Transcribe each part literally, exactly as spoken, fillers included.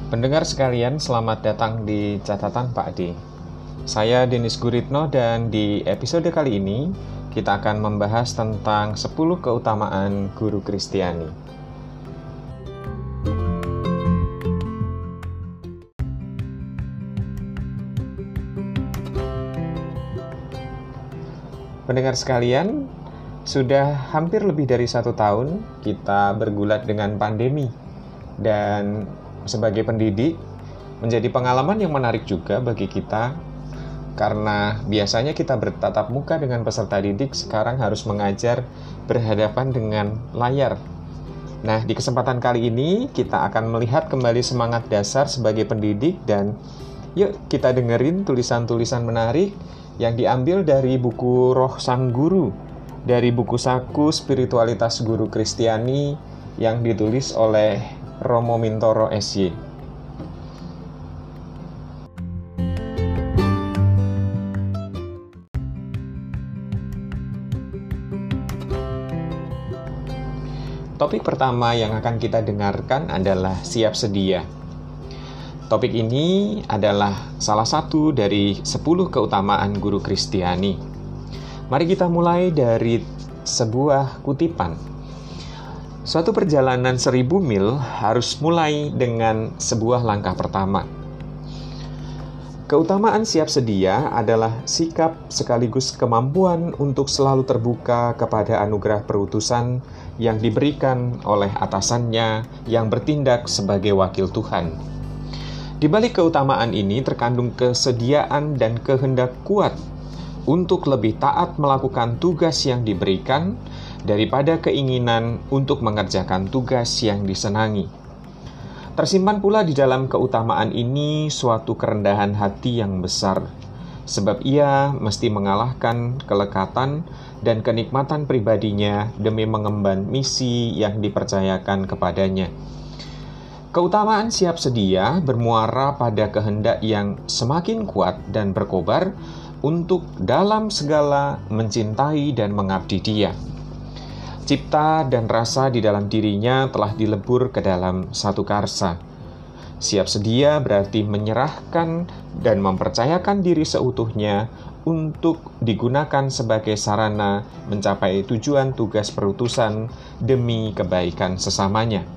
Pendengar sekalian, selamat datang di Catatan Pak D. Saya Denis Guritno dan di episode kali ini kita akan membahas tentang sepuluh keutamaan guru Kristiani. Pendengar sekalian, sudah hampir lebih dari satu tahun kita bergulat dengan pandemi. Dan sebagai pendidik, menjadi pengalaman yang menarik juga bagi kita, karena biasanya kita bertatap muka dengan peserta didik, sekarang harus mengajar berhadapan dengan layar. Nah, di kesempatan kali ini kita akan melihat kembali semangat dasar sebagai pendidik, dan yuk kita dengerin tulisan-tulisan menarik yang diambil dari buku Roh Sang Guru, dari buku saku Spiritualitas Guru Kristiani yang ditulis oleh Romo Mintoro S Y. Topik pertama yang akan kita dengarkan adalah siap sedia. Topik ini adalah salah satu dari sepuluh keutamaan guru Kristiani. Mari kita mulai dari sebuah kutipan. Suatu perjalanan seribu mil harus mulai dengan sebuah langkah pertama. Keutamaan siap sedia adalah sikap sekaligus kemampuan untuk selalu terbuka kepada anugerah perutusan yang diberikan oleh atasannya yang bertindak sebagai wakil Tuhan. Di balik keutamaan ini terkandung kesediaan dan kehendak kuat untuk lebih taat melakukan tugas yang diberikan daripada keinginan untuk mengerjakan tugas yang disenangi. Tersimpan pula di dalam keutamaan ini suatu kerendahan hati yang besar, sebab ia mesti mengalahkan kelekatan dan kenikmatan pribadinya demi mengemban misi yang dipercayakan kepadanya. Keutamaan siap sedia bermuara pada kehendak yang semakin kuat dan berkobar untuk dalam segala mencintai dan mengabdi Dia. Cipta dan rasa di dalam dirinya telah dilebur ke dalam satu karsa. Siap sedia berarti menyerahkan dan mempercayakan diri seutuhnya untuk digunakan sebagai sarana mencapai tujuan tugas perutusan demi kebaikan sesamanya.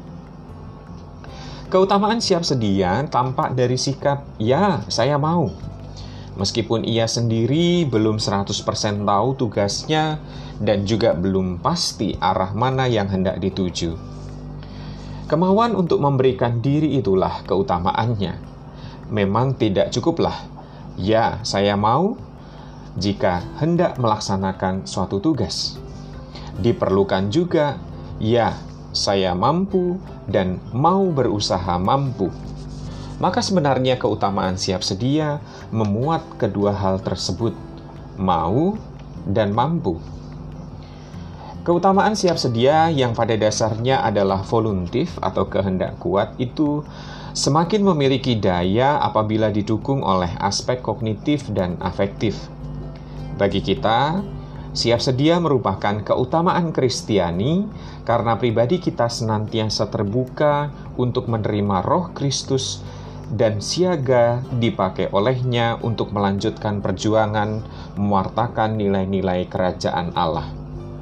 Keutamaan siap sedia tampak dari sikap, ya, saya mau. Meskipun ia sendiri belum seratus persen tahu tugasnya dan juga belum pasti arah mana yang hendak dituju. Kemauan untuk memberikan diri itulah keutamaannya. Memang tidak cukuplah, ya, saya mau, jika hendak melaksanakan suatu tugas. Diperlukan juga, ya, saya mampu dan mau berusaha mampu. Maka sebenarnya keutamaan siap sedia memuat kedua hal tersebut, mau dan mampu. Keutamaan siap sedia yang pada dasarnya adalah voluntif atau kehendak kuat itu semakin memiliki daya apabila didukung oleh aspek kognitif dan afektif. Bagi kita, siap sedia merupakan keutamaan Kristiani karena pribadi kita senantiasa terbuka untuk menerima Roh Kristus dan siaga dipakai olehnya untuk melanjutkan perjuangan mewartakan nilai-nilai kerajaan Allah.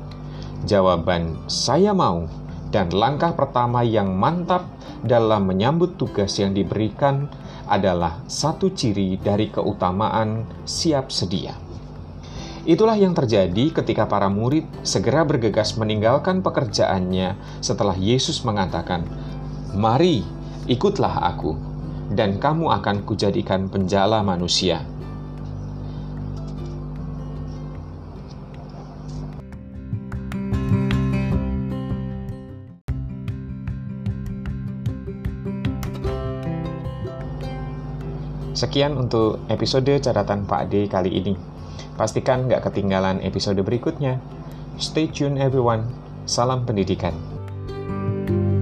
Jawaban saya mau dan langkah pertama yang mantap dalam menyambut tugas yang diberikan adalah satu ciri dari keutamaan siap sedia. Itulah yang terjadi ketika para murid segera bergegas meninggalkan pekerjaannya setelah Yesus mengatakan, "Mari, ikutlah aku, dan kamu akan kujadikan penjala manusia." Sekian untuk episode Catatan Pak D kali ini. Pastikan nggak ketinggalan episode berikutnya. Stay tune everyone. Salam pendidikan.